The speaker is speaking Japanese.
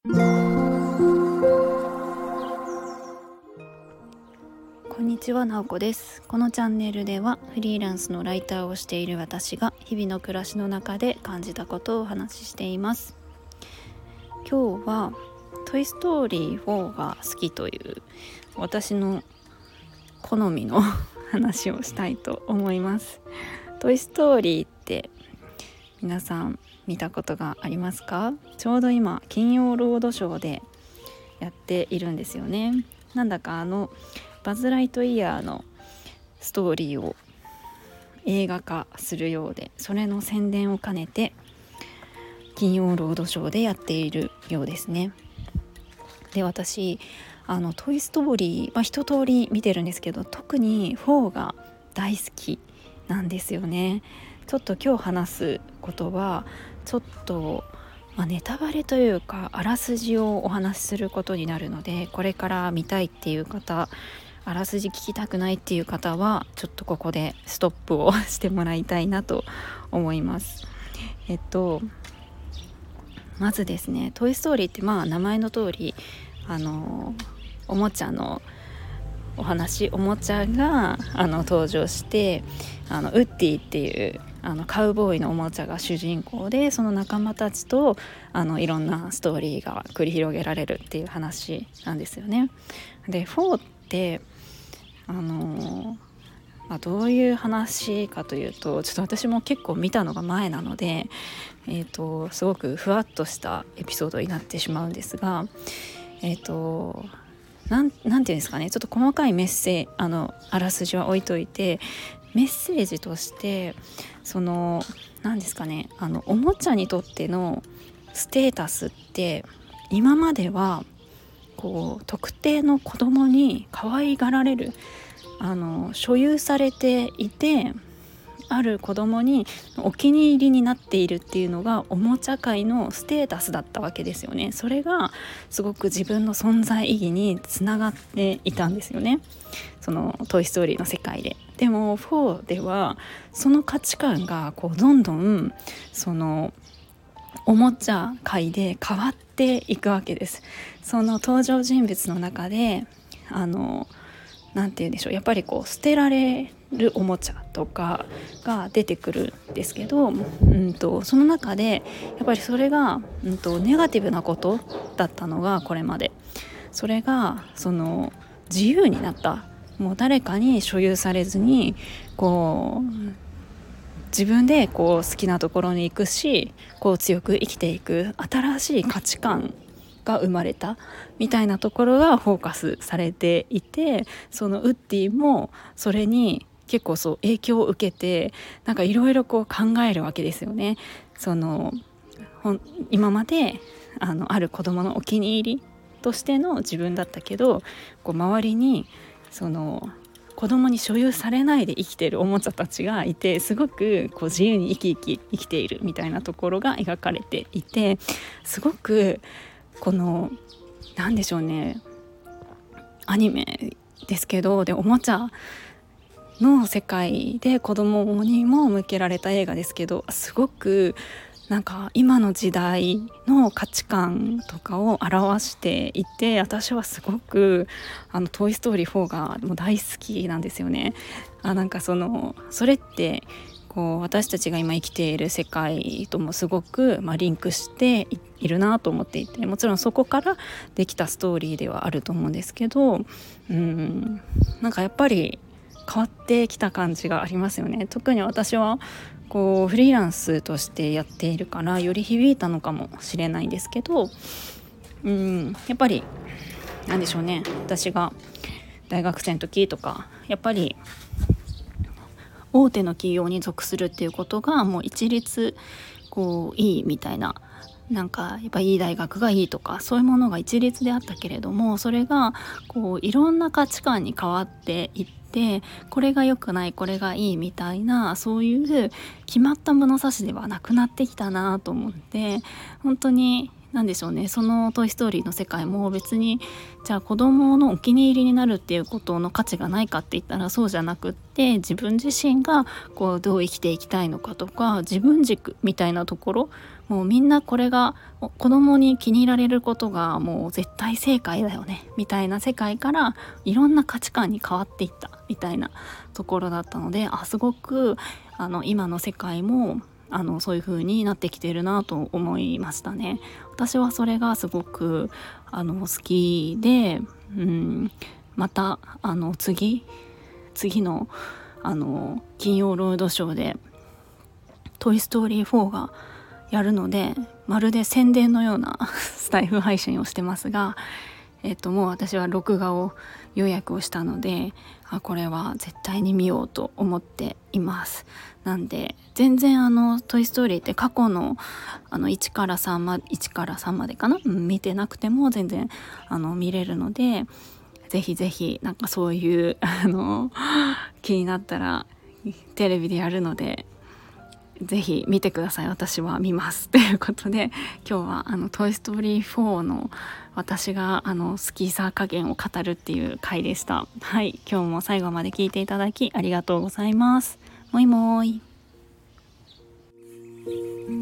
こんにちは、なおこです。このチャンネルではフリーランスのライターをしている私が日々の暮らしの中で感じたことをお話ししています。今日はトイストーリー4が好きという私の好みの話をしたいと思います。トイストーリーって皆さん見たことがありますか？ちょうど今金曜ロードショーでやっているんですよね。なんだかバズ・ライトイヤーのストーリーを映画化するようで、それの宣伝を兼ねて金曜ロードショーでやっているようですね。で、私トイストーリー、一通り見てるんですけど、特に4が大好きなんですよね。ちょっと今日話すことはちょっとネタバレというかあらすじをお話しすることになるので、これから見たいっていう方、あらすじ聞きたくないっていう方はちょっとここでストップをしてもらいたいなと思います。まずですね、トイストーリーって名前の通りおもちゃのお話、おもちゃが登場して、ウッディっていうカウボーイのおもちゃが主人公で、その仲間たちといろんなストーリーが繰り広げられるっていう話なんですよね。で、4ってどういう話かというと、ちょっと私も結構見たのが前なので、すごくふわっとしたエピソードになってしまうんですが、なんていうんですかね、ちょっと細かいメッセージ、あらすじは置いといて、メッセージとしてなんですかね、おもちゃにとってのステータスって今までは特定の子供に可愛がられる、所有されていて、ある子供にお気に入りになっているっていうのがおもちゃ界のステータスだったわけですよね。それがすごく自分の存在意義につながっていたんですよね、そのトイストーリーの世界で。でも4ではその価値観がどんどんおもちゃ界で変わっていくわけです。その登場人物の中でなんて言うんでしょう、やっぱり捨てられるおもちゃとかが出てくるんですけど、その中でやっぱりそれが、ネガティブなことだったのがこれまで。それが自由になった、もう誰かに所有されずに自分で好きなところに行くし、強く生きていく新しい価値観が生まれたみたいなところがフォーカスされていて、そのウッディもそれに結構影響を受けて、なんかいろいろ考えるわけですよね。今まである子供のお気に入りとしての自分だったけど、周りに子供に所有されないで生きているおもちゃたちがいて、すごく自由に生きているみたいなところが描かれていて、すごくなんでしょうね、アニメですけど、でおもちゃの世界で子供にも向けられた映画ですけど、すごくなんか今の時代の価値観とかを表していて、私はすごくトイストーリー4がもう大好きなんですよね。なんかそれって私たちが今生きている世界ともすごく、リンクしているなと思っていて、もちろんそこからできたストーリーではあると思うんですけど、なんかやっぱり変わってきた感じがありますよね。特に私はフリーランスとしてやっているからより響いたのかもしれないんですけど、やっぱりなんでしょうね、私が大学生の時とか、やっぱり大手の企業に属するっていうことがもう一律いいみたいな、なんかやっぱいい大学がいいとか、そういうものが一律であったけれども、それがいろんな価値観に変わっていって、これが良くない、これがいいみたいな、そういう決まった物差しではなくなってきたなと思って、本当になんでしょうね、そのトイストーリーの世界も別にじゃあ子供のお気に入りになるっていうことの価値がないかって言ったらそうじゃなくって、自分自身がこうどう生きていきたいのかとか、自分軸みたいなところ、もうみんなこれが子供に気に入られることがもう絶対正解だよねみたいな世界からいろんな価値観に変わっていったみたいなところだったので、すごく今の世界もそういう風になってきてるなと思いましたね。私はそれがすごく好きで、また次の金曜ロードショーでトイストーリー4がやるので、まるで宣伝のようなスタイフ配信をしてますが、もう私は録画を予約をしたので、これは絶対に見ようと思っています。なんで全然トイストーリーって過去の1から3までかな、見てなくても全然見れるので、ぜひぜひなんかそういう気になったらテレビでやるのでぜひ見てください。私は見ますということで、今日はトイストーリー4の私が好きさ加減を語るっていう回でした。はい、今日も最後まで聞いていただきありがとうございます。もいもーい。